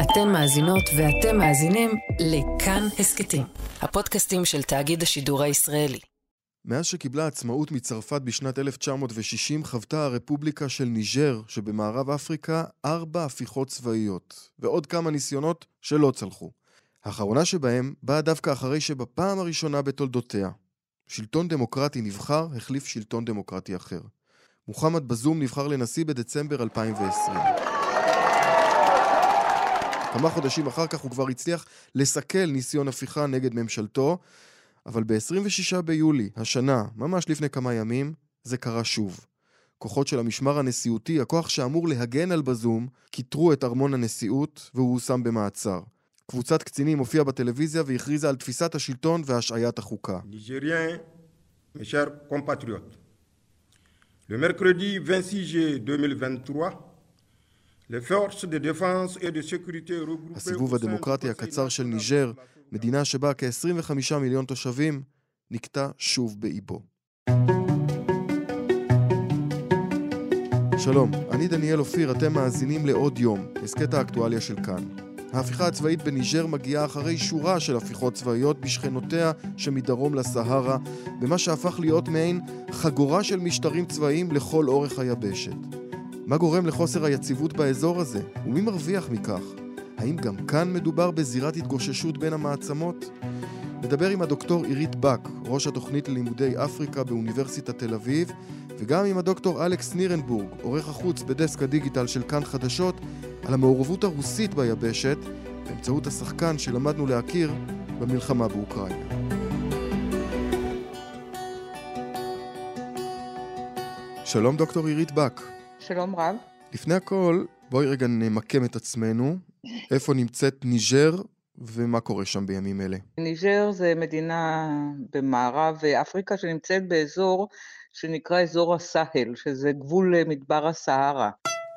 אתן מאזינות ואתם מאזינים לכאן הסקטים, הפודקאסטים של תאגיד השידור הישראלי. מאז שקיבלה עצמאות מצרפת בשנת 1960, חוותה הרפובליקה של ניג'ר שבמערב אפריקה 4 הפיכות צבאיות, ועוד כמה ניסיונות שלא צלחו. האחרונה שבהם באה דווקא אחרי שבפעם הראשונה בתולדותיה, שלטון דמוקרטי נבחר החליף שלטון דמוקרטי אחר. מוחמד בזום נבחר לנשיא בדצמבר 2020. כמה חודשים אחר כך הוא כבר הצליח לסכל ניסיון הפיכה נגד ממשלתו, אבל ב-26 ביולי, השנה, ממש לפני כמה ימים, זה קרה שוב. כוחות של המשמר הנשיאותי, הכוח שאמור להגן על בזום, כיתרו את ארמון הנשיאות והוא הושם במעצר. קבוצת קצינים הופיעה בטלוויזיה והכריזה על תפיסת השלטון והשעיית החוקה. Nigériens, mes chers compatriotes, le mercredi 26 juillet 2023, les forces de défense et de sécurité regroupées הסיבוב הדמוקרטי הקצר של ניג'ר, מדינה שבה כ-25 מיליון תושבים, נקטע שוב באיבו. שלום, אני דניאל אופיר, אתם מאזינים לעוד יום, הסקט האקטואליה של כאן. ההפיכה הצבאית בניג'ר מגיעה אחרי שורה של הפיכות צבאיות בשכנותיה שמדרום לסהרה, במה שהפך להיות מעין חגורה של משטרים צבאיים לכל אורך היבשת. מה גורם לחוסר היציבות באזור הזה? ומי מרוויח מכך? האם גם כאן מדובר בזירת התגוששות בין המעצמות? נדבר עם הדוקטור עירית בק, ראש התוכנית ללימודי אפריקה באוניברסיטת תל אביב, וגם עם הדוקטור אלכס נירנבורג, עורך החוץ בדסק הדיגיטל של כאן חדשות, על המעורבות הרוסית ביבשת, באמצעות השחקן שלמדנו להכיר במלחמה באוקראינה. שלום דוקטור עירית בק. שלום רב. לפני הכל, בואי רגע נמקם את עצמנו. איפה נמצאת ניג'ר ומה קורה שם בימים אלה? ניג'ר זה מדינה במערב אפריקה שנמצאת באזור שנקרא אזור הסהל, שזה גבול מדבר הסהרה.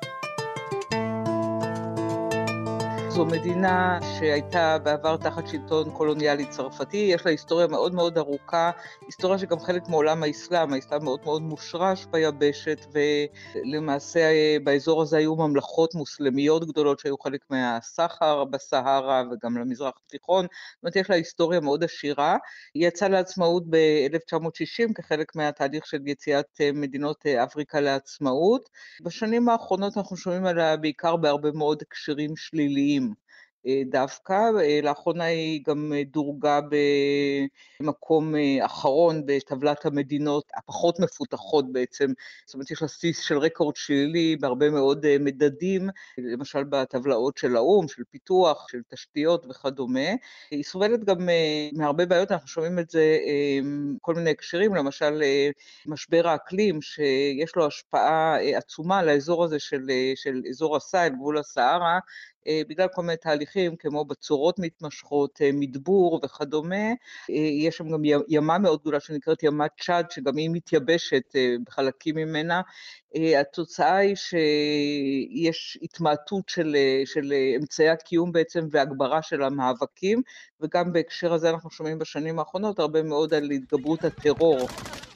זו מדינה שהייתה בעבר תחת שלטון קולוניאלי צרפתי, יש לה היסטוריה מאוד מאוד ארוכה, היסטוריה שגם חלק מעולם האסלאם מאוד מאוד מושרש ביבשת, ולמעשה באזור הזה היו ממלכות מוסלמיות גדולות שהיו חלק מהסחר בסהרה וגם למזרח התיכון, זאת אומרת יש לה היסטוריה מאוד עשירה, היא יצאה לעצמאות ב-1960 כחלק מהתהליך של יציאת מדינות אפריקה לעצמאות, בשנים האחרונות אנחנו שומעים עליה בעיקר בהרבה מאוד הקשרים שליליים, דווקא, לאחרונה היא גם דורגה במקום אחרון בטבלת המדינות הפחות מפותחות בעצם, זאת אומרת יש לה סיס של רקורד שלילי בהרבה מאוד מדדים, למשל בטבלאות של האום, של פיתוח, של תשתיות וכדומה, היא סובלת גם מהרבה בעיות, אנחנו שומעים את זה כל מיני הקשרים, למשל משבר האקלים שיש לו השפעה עצומה על האזור הזה של אזור הסהל, גבול הסהרה, בגלל כל מיני תהליכים כמו בצורות מתמשכות, מדבור וכדומה, יש שם גם ימה מאוד גדולה שנקראת ימת צ'אד, שגם היא מתייבשת בחלקים ממנה, התוצאה היא שיש התמעטות של אמצעי הקיום בעצם והגברה של המאבקים, וגם בהקשר הזה אנחנו שומעים בשנים האחרונות הרבה מאוד על התגברות הטרור.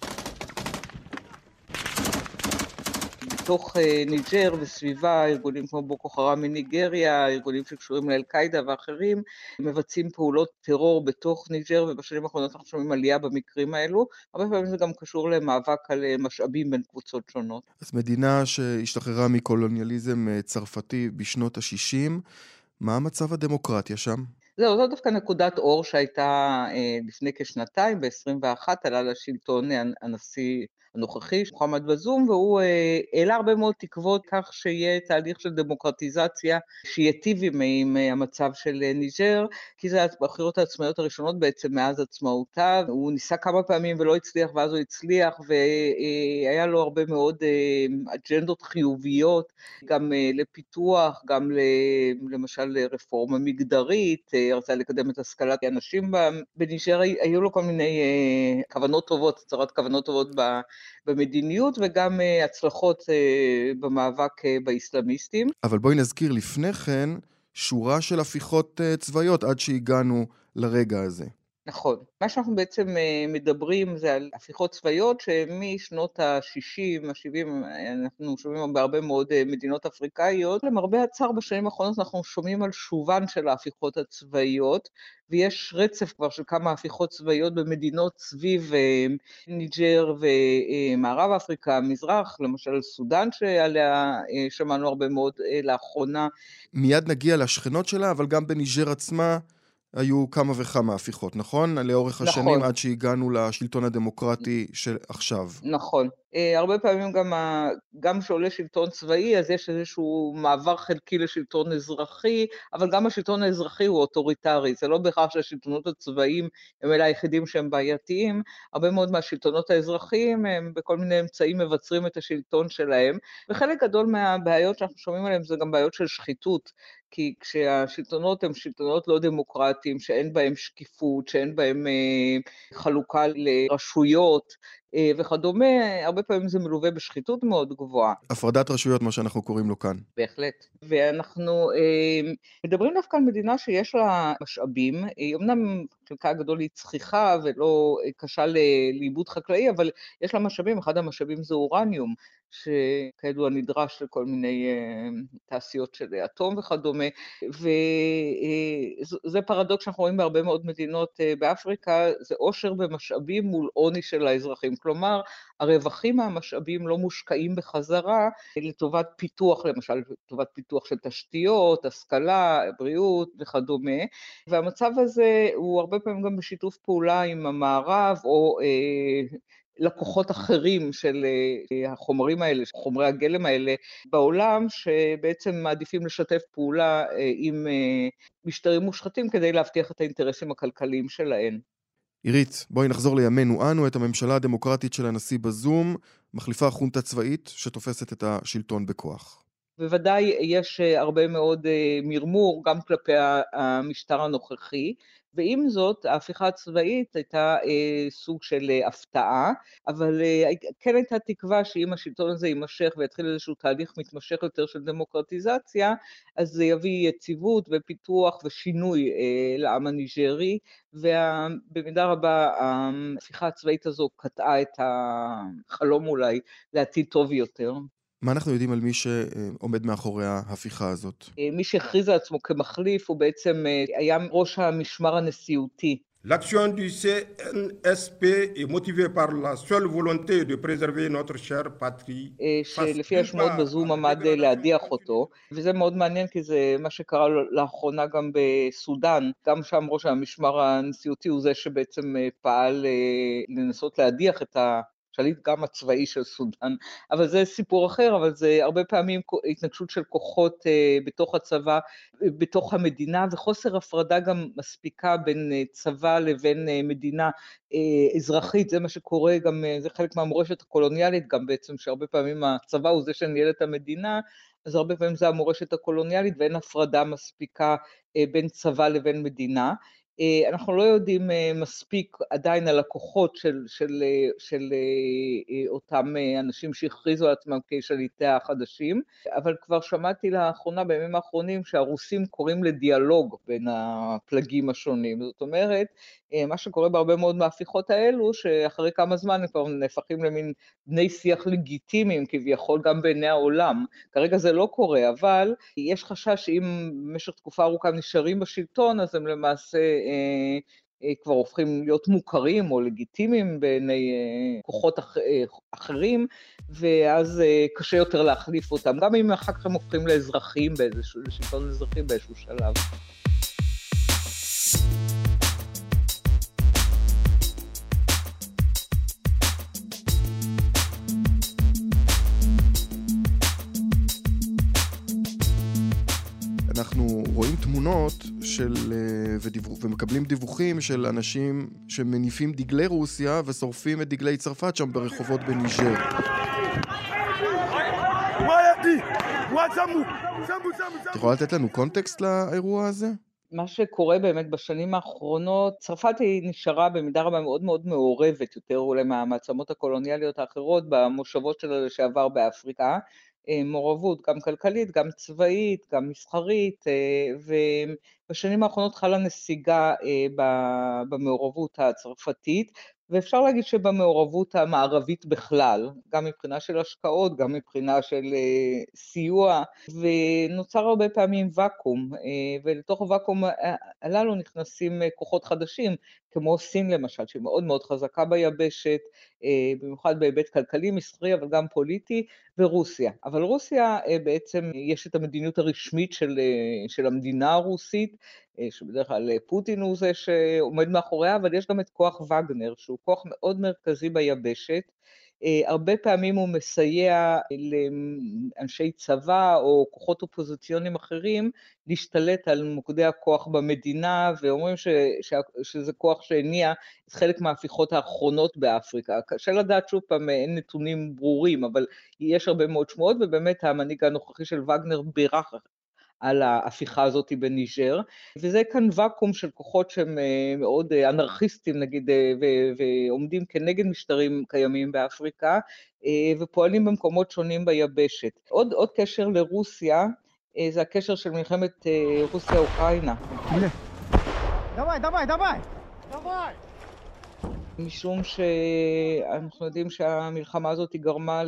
בתוך ניג'ר וסביבה, ארגונים כמו בוקו חראם מניגריה, ארגונים שקשורים לאל-קאידה ואחרים, מבצעים פעולות טרור בתוך ניג'ר, ובשנים האחרונות אנחנו שומעים עלייה במקרים האלו, הרבה פעמים זה גם קשור למאבק על משאבים בין קבוצות שונות. אז מדינה שהשתחררה מקולוניאליזם צרפתי בשנות ה-60, מה המצב הדמוקרטיה שם? זו דווקא נקודת אור שהייתה לפני כשנתיים, ב-21 עלה לשלטון הנשיא הנוכחי, מוחמד בזום, והוא העלה הרבה מאוד תקוות כך שיהיה תהליך של דמוקרטיזציה שיטיב עם המצב של ניג'ר, כי זה הבחירות העצמאיות הראשונות בעצם מאז עצמאותה, הוא ניסה כמה פעמים ולא הצליח, ואז הוא הצליח, והיה לו הרבה מאוד אג'נדות חיוביות, גם לפיתוח, גם למשל לרפורמה מגדרית, רצה לקדם את השכלת האנשים בניג'ר, היו לו כל מיני כוונות טובות, הצהרת כוונות טובות במדיניות, וגם הצלחות במאבק באסלאמיסטים. אבל בואי נזכיר לפני כן שורה של הפיכות צבאיות עד שהגענו לרגע הזה. נכון. מה שאנחנו בעצם מדברים זה על הפיכות צבאיות שמשנות ה-60, ה-70, אנחנו שומעים בהרבה מאוד מדינות אפריקאיות. למרבה הצער בשנים האחרונות אנחנו שומעים על שובן של ההפיכות הצבאיות, ויש רצף כבר של כמה הפיכות צבאיות במדינות סביב ניג'ר ומערב אפריקה, מזרח, למשל סודאן שעליה שמענו הרבה מאוד לאחרונה. מיד נגיע לשכנות שלה, אבל גם בניג'ר עצמה היו כמה וכמה הפיכות, נכון? לאורך השנים נכון. עד שהגענו לשלטון הדמוקרטי של עכשיו. נכון. הרבה פעמים גם שעולה שלטון צבאי, אז יש איזשהו מעבר חלקי לשלטון אזרחי, אבל גם השלטון האזרחי הוא אוטוריטרי. זה לא בהכרח שהשלטונות הצבאיים הם אלה היחידים שהם בעייתיים, הרבה מאוד מהשלטונות האזרחיים הם בכל מיני אמצעים מבצרים את השלטון שלהם, וחלק גדול מהבעיות שאנחנו שומעים עליהם זה גם בעיות של שחיתות, כי כשהשלטונות הם שלטונות לא דמוקרטיים, שאין בהם שקיפות, שאין בהם חלוקה לרשויות וכדומה, הרבה פעמים זה מלווה בשחיתות מאוד גבוהה. הפרדת רשויות, מה שאנחנו קוראים לו כאן. בהחלט. ואנחנו מדברים דווקא על מדינה שיש לה משאבים, היא אמנם חלקה הגדול היא צחיחה ולא קשה לאיבוד חקלאי, אבל יש לה משאבים, אחד המשאבים זה אורניום, שכידוע נדרש לכל מיני תעשיות של אטום וכדומה, וזה פרדוקס שאנחנו רואים בהרבה מאוד מדינות באפריקה, זה עושר במשאבים מול עוני של האזרחים, כלומר הרווחים מהמשאבים לא מושקעים בחזרה לטובת פיתוח, למשל לטובת פיתוח של תשתיות, השכלה, בריאות וכדומה, והמצב הזה הוא הרבה פעמים גם בשיתוף פעולה עם המערב או לקוחות אחרים של החומרים האלה, חומרי הגלם האלה בעולם, שבעצם מעדיפים לשתף פעולה עם משטרים מושחתים כדי להבטיח את האינטרסים הכלכליים שלהם. עירית, בואי נחזור לימינו אנו. את הממשלה הדמוקרטית של הנשיא בזום מחליפה חונטה צבאית שתופסת את השלטון בכוח. בוודאי יש הרבה מאוד מרמור גם כלפי המשטר הנוכחי, ועם זאת ההפיכה הצבאית הייתה סוג של הפתעה, אבל כן הייתה תקווה שאם השלטון הזה יימשך ויתחיל איזשהו תהליך מתמשך יותר של דמוקרטיזציה, אז זה יביא יציבות ופיתוח ושינוי לעם הניג'רי, ובמידה רבה ההפיכה הצבאית הזו קטעה את החלום אולי לעתיד טוב יותר. מה אנחנו יודעים על מי שעומד מאחורי ההפיכה הזאת? מי שהכריז על עצמו כמחליף הוא בעצם היה ראש המשמר הנשיאותי. L'action du CNSP est motivée par la seule volonté de préserver notre chère patrie. שלפי השמועות בזום עמד להדיח אותו, וזה מאוד מעניין כי זה מה שקרה לאחרונה גם בסודאן, גם שם ראש המשמר הנשיאותי הוא זה שבעצם פעל לנסות להדיח את השליט גם הצבאי של סודאן, אבל זה סיפור אחר, אבל זה הרבה פעמים התנגשות של כוחות בתוך הצבא, בתוך המדינה, וחוסר הפרדה גם מספיקה בין צבא לבין מדינה אזרחית, זה מה שקורה גם, זה חלק מהמורשת הקולוניאלית גם בעצם, שהרבה פעמים הצבא הוא זה שניהל את המדינה, אז הרבה פעמים זה המורשת הקולוניאלית, ואין הפרדה מספיקה בין צבא לבין מדינה. אנחנו לא יודעים מספיק עדיין על הכוחות של אותם אנשים שהכריזו על עצמם כשליטיה החדשים, אבל כבר שמעתי לאחרונה בימים האחרונים שהרוסים קוראים לדיאלוג בין הפלגים השונים, זאת אומרת, מה שקורה בהרבה מאוד מההפיכות האלו, שאחרי כמה זמן הם כבר נהפכים למין בני שיח לגיטימיים כביכול גם בעיני העולם, כרגע זה לא קורה, אבל יש חשש שאם במשך תקופה ארוכה נשארים בשלטון, אז הם למעשה כבר הופכים להיות מוכרים או לגיטימיים בעיני כוחות אחרים, ואז קשה יותר להחליף אותם, גם אם אחר כך הם הופכים לאזרחים לשלטון אזרחי באיזשהו שלב. אנחנו רואים תמונות ומקבלים דיווחים של אנשים שמניפים דגלי רוסיה ושורפים את דגלי צרפת שם ברחובות בניג'ר. את יכולה לתת לנו קונטקסט לאירוע הזה? מה שקורה באמת בשנים האחרונות, צרפת היא נשארה במידה רבה מאוד מאוד מעורבת, יותר אולי מהמעצמות הקולוניאליות האחרות, במושבות שלה לשעבר באפריקה, מעורבות גם כלכלית, גם צבאית, גם מסחרית, ובשנים האחרונות חלה נסיגה במעורבות הצרפתית, ואפשר להגיד שבמעורבות המערבית בכלל, גם מבחינה של השקעות, גם מבחינה של סיוע, ונוצר הרבה פעמים ואקום, ולתוך הוואקום הללו נכנסים כוחות חדשים, כמו סין למשל, שהיא מאוד מאוד חזקה ביבשת, במיוחד בהיבט כלכלי, מסחרי, אבל גם פוליטי, ורוסיה. אבל רוסיה בעצם יש את המדיניות הרשמית של המדינה הרוסית, שבדרך כלל פוטין הוא זה שעומד מאחוריה, אבל יש גם את כוח וגנר, שהוא כוח מאוד מרכזי ביבשת. הרבה פעמים הוא מסייע לאנשי צבא או כוחות אופוזיציוניים אחרים להשתלט על מוקדי הכוח במדינה, ואומרים שזה כוח שהניע את חלק מההפיכות האחרונות באפריקה. קשה לדעת, שוב פעם, אין נתונים ברורים, אבל יש הרבה מאוד שמועות, ובאמת המנהיג הנוכחי של וגנר בירך על ההפיכה הזאת בניג'ר, וזה כאן ואקום של כוחות שהם מאוד אנרכיסטים נגיד, ועומדים כנגד משטרים קיימים באפריקה, ופועלים במקומות שונים ביבשת. עוד קשר לרוסיה, זה הקשר של מלחמת רוסיה-אוקראינה. דווי, דווי, דווי! דווי! משום שאנחנו יודעים שהמלחמה הזאת גרמה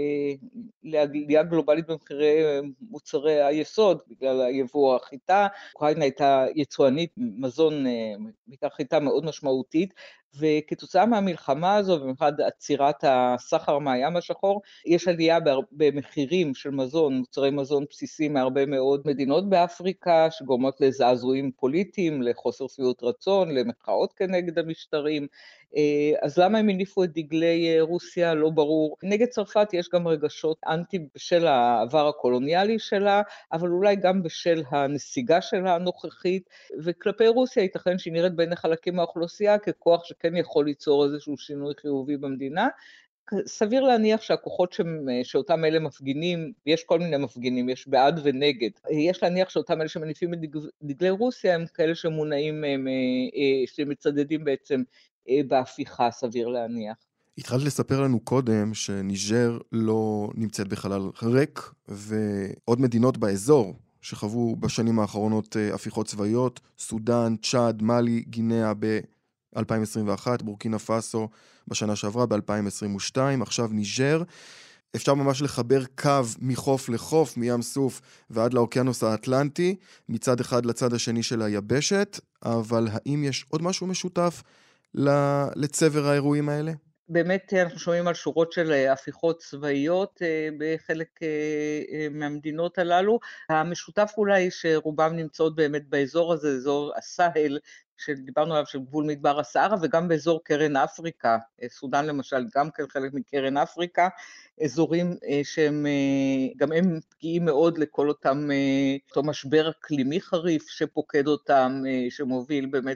לעלייה גלובלית במחירי מוצרי היסוד, בגלל היבוא החיטה. אוקראינה הייתה יצואנית מזון, בעיקר חיטה מאוד משמעותית, וכתוצאה מהמלחמה הזו, במיוחד עצירת הסחר מהים השחור, יש עלייה במחירים של מזון, מוצרי מזון בסיסיים מהרבה מאוד מדינות באפריקה, שגורמות לזעזועים פוליטיים, לחוסר שביעות רצון, למחאות כנגד המשטרים. אז למה הם הניפו את דגלי רוסיה? לא ברור. נגד צרפת יש גם רגשות אנטי בשל העבר הקולוניאלי שלה, אבל אולי גם בשל הנסיגה שלה הנוכחית, וכלפי רוסיה ייתכן שהיא נראית בין החלקים מהאוכלוסייה ככוח שכן יכול ליצור איזשהו שינוי חיובי במדינה. סביר להניח שהכוחות שאותם אלה מפגינים, יש כל מיני מפגינים, יש בעד ונגד, יש להניח שאותם אלה שמניפים את דגלי רוסיה הם כאלה שמונעים, שמצדדים בעצם בהפיכה, סביר להניח. התחלת לספר לנו קודם שניג'ר לא נמצאת בחלל ריק, ועוד מדינות באזור שחוו בשנים האחרונות הפיכות צבאיות, סודן, צ'אד, מאלי, גינאה ב-2021, בורקינה פאסו בשנה שעברה ב-2022, עכשיו ניג'ר. אפשר ממש לחבר קו מחוף לחוף, מים סוף ועד לאוקיינוס האטלנטי, מצד אחד לצד השני של היבשת, אבל האם יש עוד משהו משותף לצבר האירועים האלה? באמת אנחנו שומעים על שורות של הפיכות צבאיות בחלק מהמדינות הללו. המשותף אולי שרובם נמצאות באמת באזור הזה, אזור הסהל, שדיברנו עליו, של גבול מדבר הסהרה, וגם באזור קרן אפריקה, סודן למשל, גם כן חלק מקרן אפריקה, אזורים שהם גם הם פגיעים מאוד לכל אותם, אותו משבר אקלימי חריף שפוקד אותם, שמוביל באמת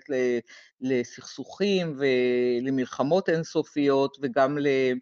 לסכסוכים ולמלחמות אינסופיות, וגם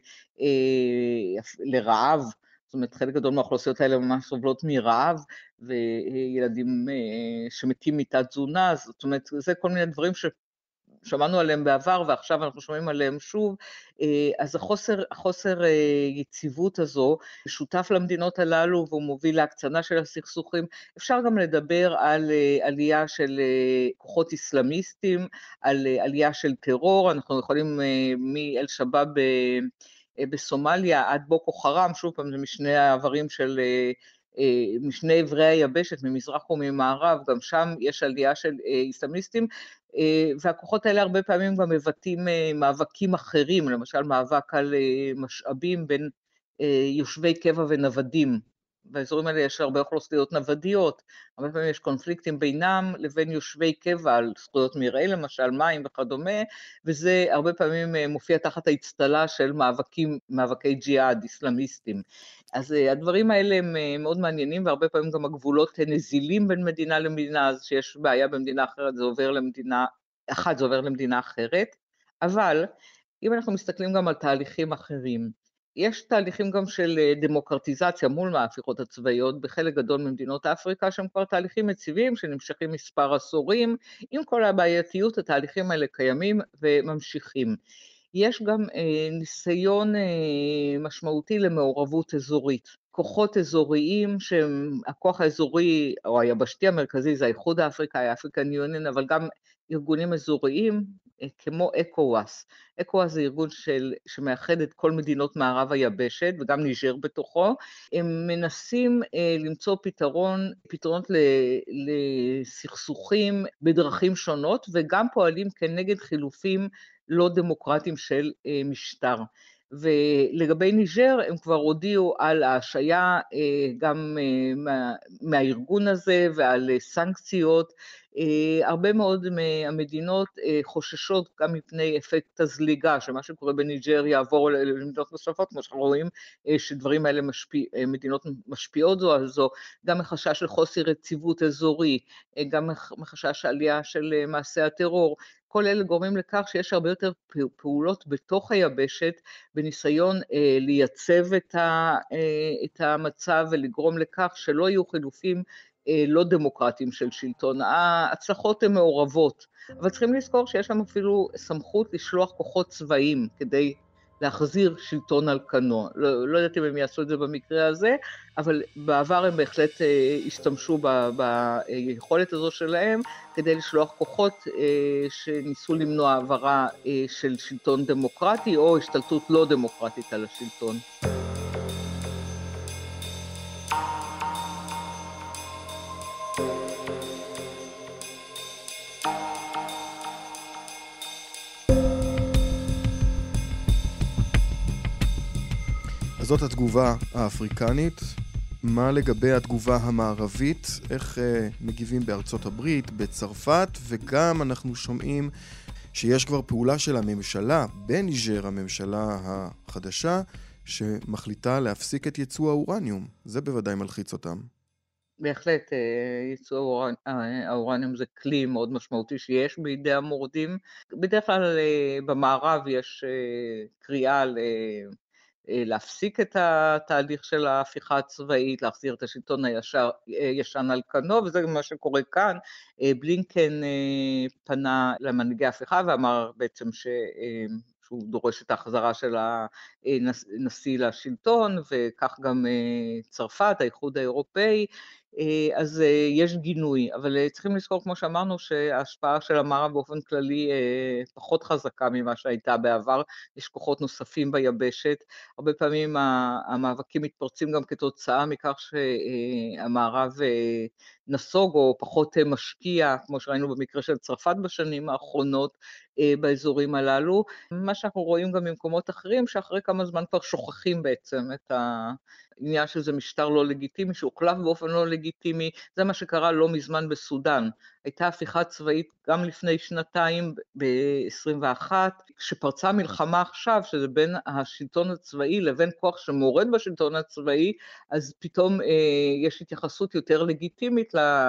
לרעב. זאת אומרת, חלק גדול מהאוכלוסיות האלה ממש סובלות מרעב, וילדים שמתים מתת תזונה, זאת אומרת, זה כל מיני דברים ששמענו עליהם בעבר, ועכשיו אנחנו שומעים עליהם שוב. אז החוסר יציבות הזו, שותף למדינות הללו, והוא מוביל להקצנה של הסכסוכים. אפשר גם לדבר על עלייה של כוחות אסלאמיסטים, על עלייה של טרור, אנחנו יכולים מאל שבאב בסומליה עד בוקו חרם, שוב פעם זה משני העברים של, משני עברי היבשת, ממזרח וממערב, גם שם יש עלייה של אסלאמיסטים, והכוחות האלה הרבה פעמים גם מבטאים מאבקים אחרים, למשל מאבק על משאבים בין יושבי קבע ונוודים. באזורים האלה יש הרבה אוכלוסיות נוודיות, הרבה פעמים יש קונפליקטים בינם לבין יושבי קבע על זכויות מרעה, למשל מים וכדומה, וזה הרבה פעמים מופיע תחת האצטלה של מאבקי ג'יהאד, אסלאמיסטים. אז הדברים האלה הם מאוד מעניינים, והרבה פעמים גם הגבולות נזילים בין מדינה למדינה, אז שיש בעיה במדינה אחרת, זה עובר למדינה אחת, זה עובר למדינה אחרת, אבל אם אנחנו מסתכלים גם על תהליכים אחרים, יש תהליכים גם של דמוקרטיזציה מול מההפיכות הצבאיות בחלק גדול ממדינות אפריקה, שהם כבר תהליכים יציבים שנמשכים מספר עשורים, עם כל הבעייתיות התהליכים האלה קיימים וממשיכים. יש גם ניסיון משמעותי למעורבות אזורית. כוחות אזוריים שהם, הכוח האזורי או היבשתי המרכזי זה האיחוד האפריקאי, האפריקן יוניון, אבל גם ארגונים אזוריים כמו אקווס. אקווס זה ארגון שמאחד את כל מדינות מערב היבשת וגם ניג'ר בתוכו. הם מנסים למצוא פתרונות לסכסוכים בדרכים שונות, וגם פועלים כנגד חילופים לא דמוקרטיים של משטר. ולגבי ניג'ר הם כבר הודיעו על ההשעיה גם מהארגון הזה ועל סנקציות. הרבה מאוד מהמדינות חוששות גם מפני אפקט הזליגה, שמה שקורה בניג'ר יעבור למדינות נוספות, כמו שאנחנו רואים שדברים האלה מדינות משפיעות זו על זו, גם מחשש של חוסר יציבות אזורי, גם מחשש עלייה של מעשי הטרור. כל אלה גורמים לכך שיש הרבה יותר פעולות בתוך היבשת, בניסיון לייצב את המצב ולגרום לכך שלא יהיו חילופים לא דמוקרטיים של שלטון. ההצלחות הן מעורבות, אבל צריכים לזכור שיש שם אפילו סמכות לשלוח כוחות צבאיים כדי להחזיר שלטון על כנו. לא יודעת אם הם יעשו את זה במקרה הזה, אבל בעבר הם בהחלט השתמשו ביכולת הזו שלהם כדי לשלוח כוחות שניסו למנוע העברה של שלטון דמוקרטי או השתלטות לא דמוקרטית על השלטון. אז זאת התגובה האפריקנית. מה לגבי התגובה המערבית? איך מגיבים בארצות הברית, בצרפת, וגם אנחנו שומעים שיש כבר פעולה של הממשלה, בניג'ר, הממשלה החדשה, שמחליטה להפסיק את ייצוא האורניום. זה בוודאי מלחיץ אותם. בהחלט, ייצוא האורניום זה כלי מאוד משמעותי שיש בידי המורדים. בדרך כלל במערב יש קריאה להפסיק את התהליך של ההפיכה הצבאית, להחזיר את השלטון הישן על כנו, וזה מה שקורה כאן. בלינקן פנה למנהיגי ההפיכה ואמר בעצם שהוא דורש את ההחזרה של הנשיא לשלטון, וכך גם צרפת, האיחוד האירופאי. אז יש גינוי, אבל צריכים לזכור, כמו שאמרנו, שההשפעה של המערב באופן כללי פחות חזקה ממה שהייתה בעבר. יש כוחות נוספים ביבשת, הרבה פעמים המאבקים מתפרצים גם כתוצאה מכך שהמערב נסוג או פחות משקיע, כמו שראינו במקרה של צרפת בשנים האחרונות באזורים הללו. מה שאנחנו רואים גם במקומות אחרים, שאחרי כמה זמן כבר שוכחים בעצם את העניין שזה משטר לא לגיטימי, שהוחלף באופן לא לגיטימי. זה מה שקרה לא מזמן בסודן. הייתה הפיכה צבאית גם לפני שנתיים, ב-21, כשפרצה מלחמה עכשיו, שזה בין השלטון הצבאי לבין כוח שמורד בשלטון הצבאי, אז פתאום יש התייחסות יותר לגיטימית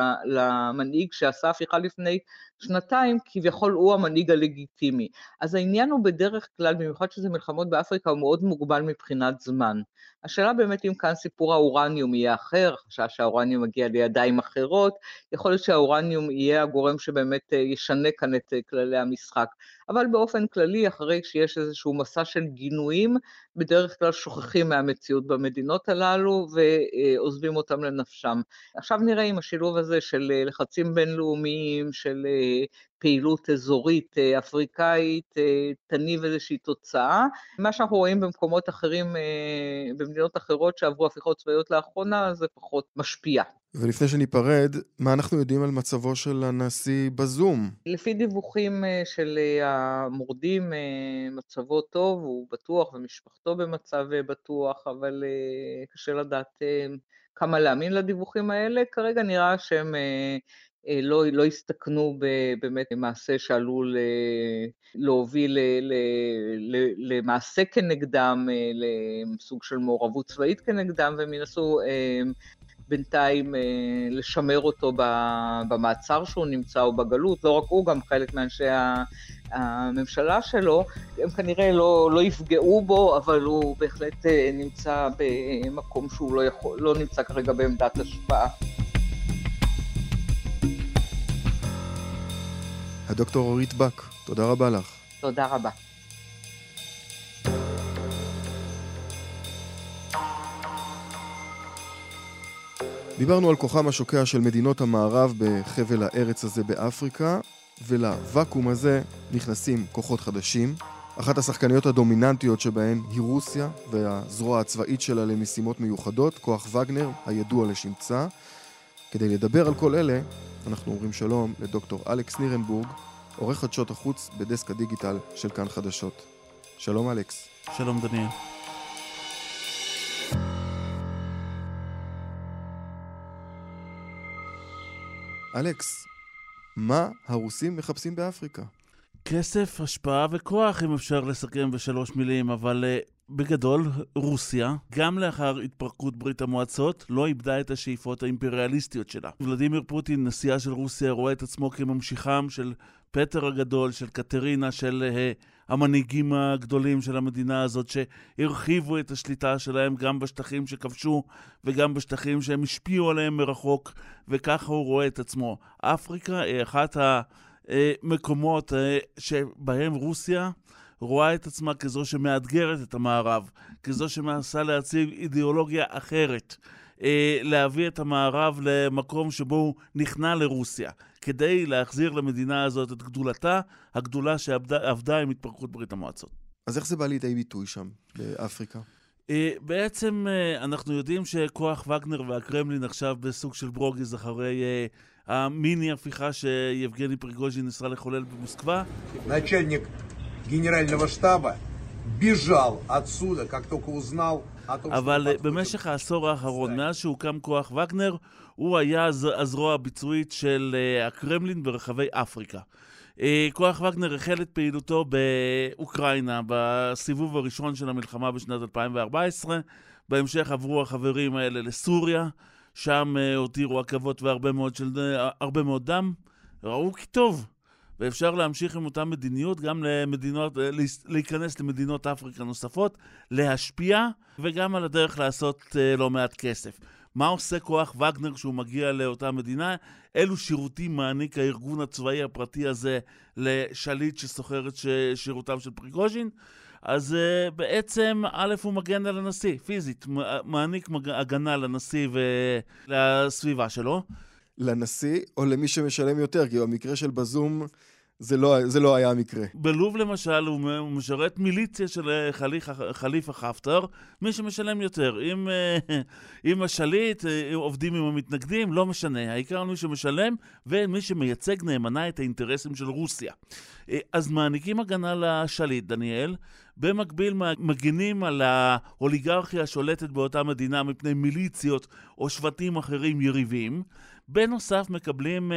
למנהיג שעשה הפיכה לפני שנתיים, כביכול הוא המנהיג הלגיטימי. אז העניין הוא בדרך כלל, במיוחד שזה מלחמות באפריקה, הוא מאוד מוגבל מבחינת זמן. השאלה באמת אם כאן סיפור האורניום יהיה אחר, חשש שהאורניום מגיע לידיים אחרות, יכול להיות שהאורניום יהיה הגורם שבאמת ישנה כאן את כללי המשחק. אבל באופן כללי, אחרי שיש איזשהו מסע של גינויים, בדרך כלל שוכחים מהמציאות במדינות הללו ועוזבים אותם לנפשם. עכשיו נראה אם השילוב הזה של לחצים בינלאומיים, של פעילות אזורית אפריקאית, תניב איזושהי תוצאה. מה שאנחנו רואים במקומות אחרים, במדינות אחרות שעברו הפיכות צבאיות לאחרונה, זה פחות משפיע. ולפני שניפרד, מה אנחנו יודעים על מצבו של הנשיא בזום? לפי דיווחים של המורדים, מצבו טוב, הוא בטוח ומשפחתו במצב בטוח, אבל קשה לדעת כמה להאמין לדיווחים האלה. כרגע נראה שהם לא הסתכנו באמת מעשה שעלול להוביל למעשה כנגדם, לסוג של מעורבות צבאית כנגדם, והם ינסו בינתיים לשמר אותו במעצר שהוא נמצא או בגלות. לא רק הוא, גם חלק מאנשי הממשלה שלו, הם כנראה לא יפגעו בו, אבל הוא בהחלט נמצא במקום שהוא לא נמצא כרגע בעמדת השפעה. הדוקטור אורית בק, תודה רבה לך. תודה רבה. דיברנו על כוחם השוקע של מדינות המערב בחבל הארץ הזה באפריקה, ולוואקום הזה נכנסים כוחות חדשים. אחת השחקניות הדומיננטיות שבהן היא רוסיה, והזרוע הצבאית שלה למשימות מיוחדות, כוח וגנר, הידוע לשמצה. כדי לדבר על כל אלה, אנחנו אומרים שלום לדוקטור אלכס נירנבורג, עורך חדשות החוץ בדסק הדיגיטל של כאן חדשות. שלום אלכס. שלום דניאל. אלכס, מה הרוסים מחפשים באפריקה? כסף, השפעה וכוח, אם אפשר לסכם בשלוש מילים, אבל בגדול, רוסיה, גם לאחר התפרקות ברית המועצות, לא איבדה את השאיפות האימפריאליסטיות שלה. ולדימיר פוטין, נשיאה של רוסיה, רואה את עצמו כממשיכם של פטר הגדול, של קטרינה, של המנהיגים הגדולים של המדינה הזאת, שהרחיבו את השליטה שלהם גם בשטחים שכבשו וגם בשטחים שהם השפיעו עליהם מרחוק, וככה הוא רואה את עצמו. אפריקה היא אחת המקומות שבהם רוסיה רואה את עצמה כזו שמאתגרת את המערב, כזו שמנסה להציב אידיאולוגיה אחרת, להביא את המערב למקום שבו הוא נכנע לרוסיה, כדי להחזיר למדינה הזאת את גדולתה, הגדולה שעבדה עם התפרקות ברית המועצות. אז איך זה בא לידי ביטוי שם, באפריקה? בעצם אנחנו יודעים שכוח וגנר והקרמלין עכשיו בסוג של ברוגז אחרי המיני הפיכה שיבגני פריגוז'ין נסה לחולל במוסקבה. начальник генерального штаба бежал отсюда, как только узнал о том, אבל במשך העשור האחרון, מאז שהוקם כוח וגנר, הוא היה הזרוע הביצועית של הקרמלין ברחבי אפריקה. כוח וגנר החל את פעילותו באוקראינה, בסיבוב הראשון של המלחמה בשנת 2014. בהמשך עברו החברים האלה לסוריה, שם הותירו עכבות והרבה מאוד דם. ראו כי טוב, ואפשר להמשיך עם אותה מדיניות, גם להיכנס למדינות אפריקה נוספות, להשפיע, וגם על הדרך לעשות לא מעט כסף. מה עושה כוח וגנר כשהוא מגיע לאותה מדינה? אילו שירותים מעניק הארגון הצבאי הפרטי הזה לשליט שסוחר את שירותיו של פריגוז'ין? אז בעצם א' הוא מגן על הנשיא, פיזית, מעניק הגנה לנשיא ולסביבה שלו. לנשיא או למי שמשלם יותר, כי במקרה של בזום זה לא היה המקרה. בלוב למשל הוא משרת מיליציה של חליפה חפטר, מי שמשלם יותר. אם השליט עובדים עם המתנגדים, לא משנה. העיקר מי שמשלם ומי שמייצג נאמנה את האינטרסים של רוסיה. אז מעניקים הגנה לשליט, דניאל, במקביל מגנים על האוליגרכיה השולטת באותה מדינה מפני מיליציות או שבטים אחרים יריבים. בנוסף מקבלים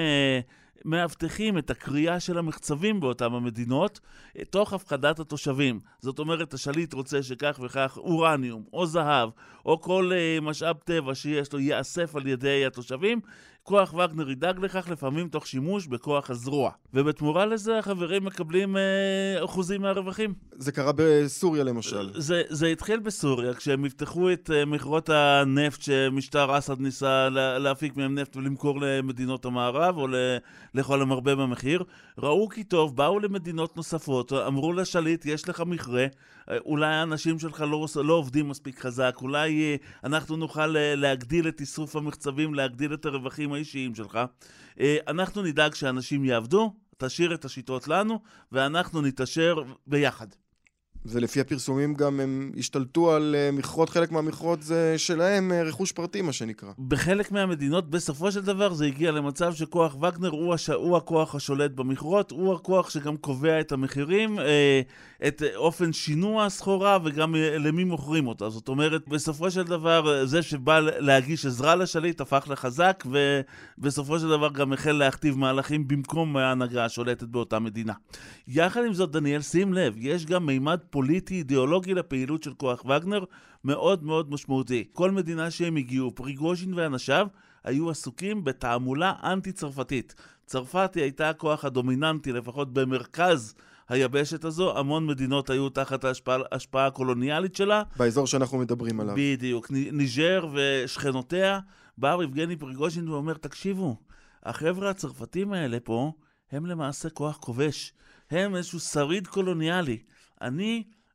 מאבטחים את הקריאה של המחצבים באותם המדינות תוך הפחדת התושבים. זאת אומרת, השליט רוצה שכך וכך אורניום או זהב או כל משאב טבע שיש לו יאסף על ידי התושבים. כוח וגנר ידאג לכך לפעמים תוך שימוש בכוח הזרוע. ובתמורה לזה החברים מקבלים אחוזים מהרווחים. זה קרה בסוריה למשל. זה התחיל בסוריה, כשהם יפתחו את מכרות הנפט שמשטר אסד ניסה להפיק מהם נפט ולמכור למדינות המערב או לכל המרבה במחיר. ראו כי טוב, באו למדינות נוספות, אמרו לשליט, יש לך מכרה, אולי האנשים שלך לא עובדים מספיק חזק, אולי אנחנו נוכל להגדיל את איסוף המחצבים, להגדיל את הרווחים האישיים שלך. אנחנו נדאג שאנשים יעבדו, תשאיר את השיטות לנו, ואנחנו נתאשר ביחד. ולפי הפרסומים גם הם השתלטו על מכרות, חלק מהמכרות זה שלהם רכוש פרטי מה שנקרא. בחלק מהמדינות בסופו של דבר זה הגיע למצב שכוח וגנר הוא הכוח השולט במכרות, הוא הכוח שגם קובע את המחירים, את אופן שינוע הסחורה וגם למי מוכרים אותה. זאת אומרת, בסופו של דבר זה שבא להגיש עזרה לשליט הפך לחזק, ובסופו של דבר גם החל להכתיב מהלכים במקום ההנהגה השולטת באותה מדינה. יחד עם זאת, דניאל, שים לב, יש גם מימד פוליטי, אידיאולוגי לפעילות של כוח וגנר מאוד מאוד משמעותי. כל מדינה שהם הגיעו, פריגוז'ין ואנשיו, היו עסוקים בתעמולה אנטי-צרפתית. צרפת היא הייתה הכוח הדומיננטי, לפחות במרכז היבשת הזו. המון מדינות היו תחת ההשפעה הקולוניאלית שלה. באזור שאנחנו מדברים עליו. בדיוק. ניג'ר ושכנותיה. בא יבגני פריגוז'ין ואומר, תקשיבו, החבר'ה הצרפתים האלה פה, הם למעשה כוח כובש. הם איזשהו שריד קולוניאלי. אני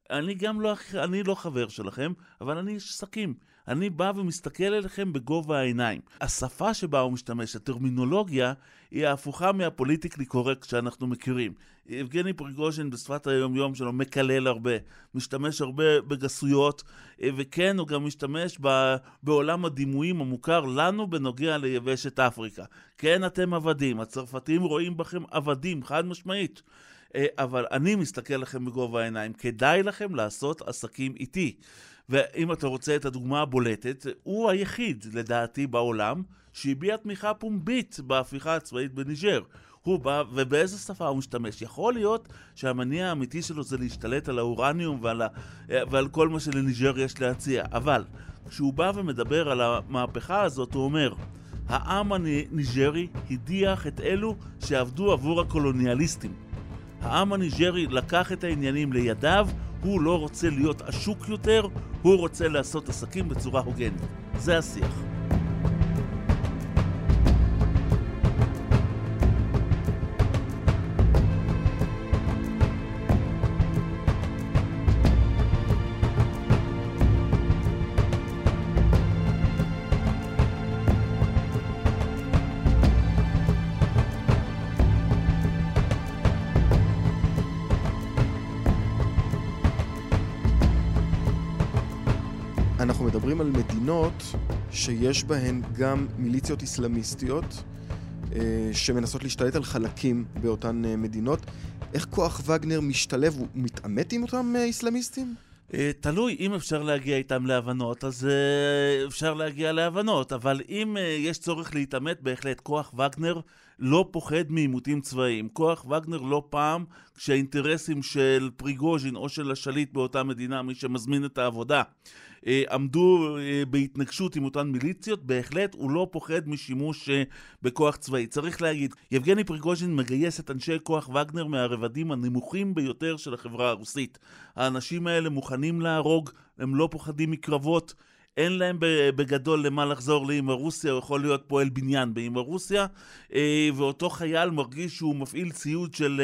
אני לא חבר שלכם, אבל אני איש עסקים. אני בא ומסתכל אליכם בגובה העיניים. השפה שבה הוא משתמש, הטרמינולוגיה, היא ההפוכה מהפוליטיקלי קורקט שאנחנו מכירים. יבגני פריגוז'ין בשפת היום-יום שלו מקלל הרבה, משתמש הרבה בגסויות, וכן, הוא גם משתמש בעולם הדימויים המוכר לנו בנוגע ליבשת אפריקה. כן, אתם עבדים, הצרפתים רואים בכם עבדים, חד משמעית. אבל אני מסתכל לכם בגובה העיניים, כדאי לכם לעשות עסקים איתי. ואם אתה רוצה את הדוגמה הבולטת, הוא היחיד, לדעתי, בעולם, שהביע תמיכה פומבית בהפיכה הצבאית בניג'ר. הוא בא, ובאיזה שפה הוא משתמש? יכול להיות שהמניע האמיתי שלו זה להשתלט על האורניום ועל כל מה שלניג'ר יש להציע. אבל כשהוא בא ומדבר על המהפכה הזאת, הוא אומר, העם הניג'רי הדיח את אלו שעבדו עבור הקולוניאליסטים. העם הניג'רי לקח את העניינים לידיו, הוא לא רוצה להיות עשוק יותר, הוא רוצה לעשות עסקים בצורה הוגנת. זה השיח. אנחנו מדברים על מדינות שיש בהן גם מיליציות אסלאמיסטיות שמנסות להשתלט על חלקים באותן מדינות. איך כוח וגנר משתלב? הוא מתעמת עם אותם אסלאמיסטים? תלוי, אם אפשר להגיע איתם להבנות, אז אפשר להגיע להבנות, אבל אם יש צורך להתעמת, בהחלט כוח וגנר לא פוחד מעימותים צבאיים. כוח וגנר לא פעם, כשהאינטרסים של פריגוז'ין או של השליט באותה מדינה, מי שמזמין את העבודה, עמדו בהתנגשות עם אותן מיליציות, בהחלט הוא לא פוחד משימוש בכוח צבאי. צריך להגיד, יבגני פריגוז'ין מגייס את אנשי כוח וגנר מהרבדים הנמוכים ביותר של החברה הרוסית. האנשים האלה מוכנים להרוג, הם לא פוחדים מקרבות, אין להם בגדול למה לחזור לאמא רוסיה, הוא יכול להיות פועל בניין באמא רוסיה, ואותו חייל מרגיש שהוא מפעיל ציוד של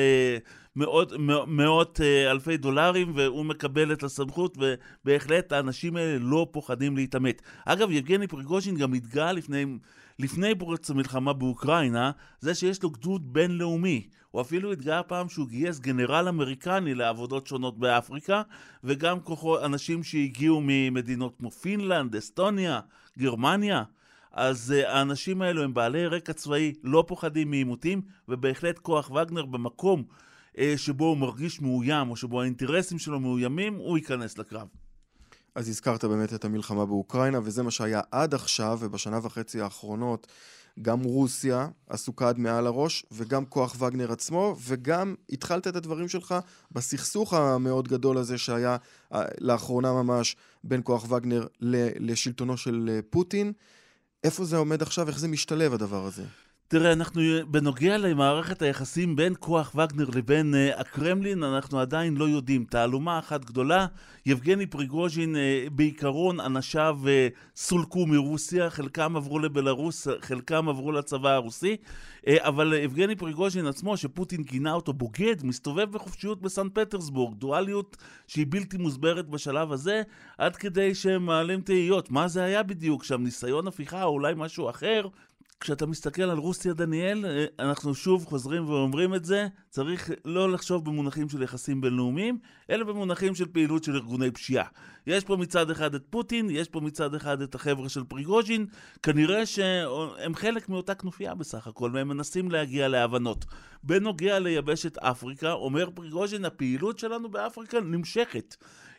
מאות אלפי דולרים, והוא מקבל את הסמכות, ובהחלט האנשים האלה לא פוחדים להתאמת. אגב, יבגני פריגוז'ין גם התגאה לפני פרוץ המלחמה באוקראינה, זה שיש לו גדוד בינלאומי. הוא אפילו התגאה פעם שהוא גייס גנרל אמריקני לעבודות שונות באפריקה, וגם אנשים שהגיעו ממדינות כמו פינלנד, אסטוניה, גרמניה. אז האנשים האלו הם בעלי רקע צבאי, לא פוחדים מעימותים, ובהחלט כוח וגנר במקום שבו הוא מרגיש מאוים, או שבו האינטרסים שלו מאוימים, הוא ייכנס לקרב. אז הזכרת באמת את המלחמה באוקראינה, וזה מה שהיה עד עכשיו, ובשנה וחצי האחרונות, גם רוסיה עסוקה עד מעל הראש, וגם כוח וגנר עצמו, וגם התחלת את הדברים שלך בסכסוך המאוד גדול הזה שהיה לאחרונה ממש בין כוח וגנר לשלטונו של פוטין. איפה זה עומד עכשיו? איך זה משתלב הדבר הזה? תראה, אנחנו בנוגע למערכת היחסים בין כוח וגנר לבין הקרמלין, אנחנו עדיין לא יודעים. תעלומה אחת גדולה, יבגני פריגוז'ין בעיקרון אנשיו סולקו מרוסיה, חלקם עברו לבלרוס, חלקם עברו לצבא הרוסי, אבל יבגני פריגוז'ין עצמו, שפוטין גינה אותו בוגד, מסתובב בחופשיות בסן פטרסבורג, דואליות שהיא בלתי מוסברת בשלב הזה, עד כדי שהם מעלים תהיות. מה זה היה בדיוק? שם ניסיון הפיכה או אולי משהו אחר? כשאתה מסתכל על רוסיה, דניאל, אנחנו שוב חוזרים ואומרים את זה, צריך לא לחשוב במונחים של יחסים בינלאומיים, אלא במונחים של פעילות של ארגוני פשיעה. יש פה מצד אחד את פוטין, יש פה מצד אחד את החבר'ה של פריגוז'ין, כנראה שהם חלק מאותה כנופיה בסך הכל, והם מנסים להגיע להבנות. בנוגע ליבשת אפריקה, אומר פריגוז'ין, הפעילות שלנו באפריקה נמשכת.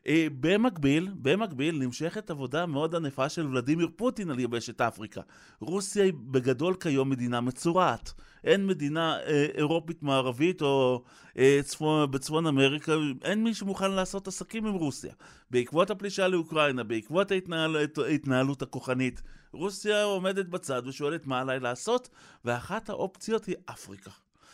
במקביל נמשכת עבודה מאוד ענפה של ולדימיר פוטין על יבשת אפריקה. רוסיה היא בגדול כיום מדינה מצורעת. אין מדינה אירופית מערבית או בצפון אמריקה, אין מי שמוכן לעשות עסקים עם רוסיה. בעקבות הפלישה לאוקראינה, בעקבות ההתנהלות הכוחנית, רוסיה עומדת בצד ושואלת מה עליי לעשות, ואחת האופציות היא אפריקה.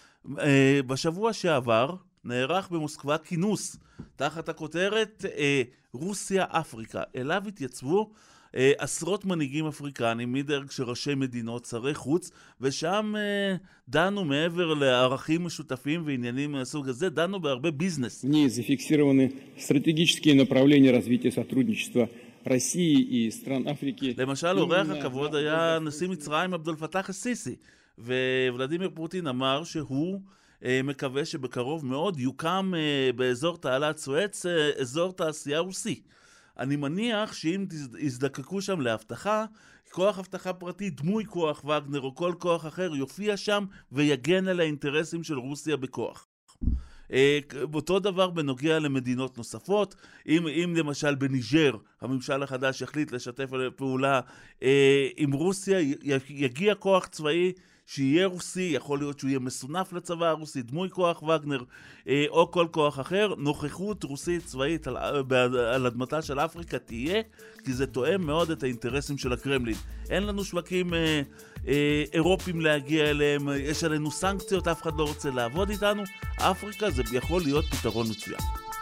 בשבוע שעבר נערך במוסקבה כינוס תחת הכותרת רוסיה-אפריקה. אליו התייצבו עשרות מנהיגים אפריקנים מדרג של ראשי מדינות, שרי חוץ, ושם דנו מעבר לערכים משותפים ועניינים מהסוג הזה, דנו בהרבה ביזנס. Не зафиксированы стратегические направления развития сотрудничества России и стран Африки. למשל, אורח הכבוד היה נשיא מצרים עבדול פתח א-סיסי, וולדימיר פוטין אמר שהוא מקווה שבקרוב מאוד יוקם באזור תעלת סואץ אזור תעשייה רוסי. אני מניח שאם יזדקקו שם להבטחה, כוח הבטחה פרטי, דמוי כוח וגנר או כל כוח אחר יופיע שם ויגן על האינטרסים של רוסיה בכוח. אותו דבר בנוגע למדינות נוספות. אם למשל בניג'ר הממשל החדש יחליט לשתף פעולה עם רוסיה, יגיע כוח צבאי שיהיה רוסי, יכול להיות שהוא יהיה מסונף לצבא הרוסי, דמוי כוח וגנר או כל כוח אחר, נוכחות רוסית צבאית על אדמתה של אפריקה תהיה, כי זה תואם מאוד את האינטרסים של הקרמלין. אין לנו שווקים אירופים להגיע אליהם, יש עלינו סנקציות, אף אחד לא רוצה לעבוד איתנו. אפריקה זה יכול להיות פתרון מצוין.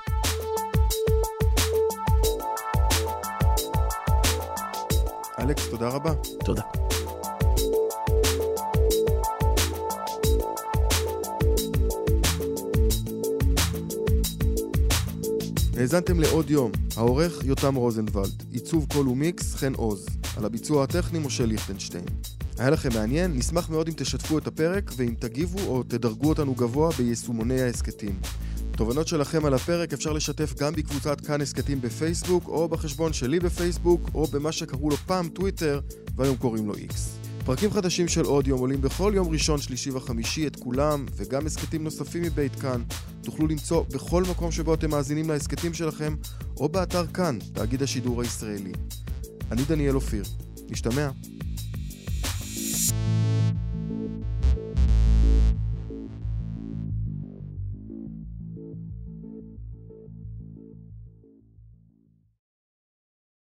אלכס, תודה רבה. תודה. האזנתם לעוד יום, העורך יותם רוזנבלד, עיצוב קול ומיקס חן עוז, על הביצוע הטכני משה ליכטנשטיין. היה לכם מעניין? נשמח מאוד אם תשתפו את הפרק ואם תגיבו או תדרגו אותנו גבוה ביישומוני העסקתים. תובנות שלכם על הפרק אפשר לשתף גם בקבוצת כאן עסקתים בפייסבוק או בחשבון שלי בפייסבוק או במה שקראו לו פעם טוויטר והיום קוראים לו איקס. פרקים חדשים של עוד יום עולים בכל יום ראשון, שלישי וחמישי, את כולם וגם עסקתים נוספים מבית כאן תוכלו למצוא בכל מקום שבו אתם מאזינים לעסקתים שלכם או באתר כאן, תאגיד השידור הישראלי. אני דניאל אופיר, נשתמע.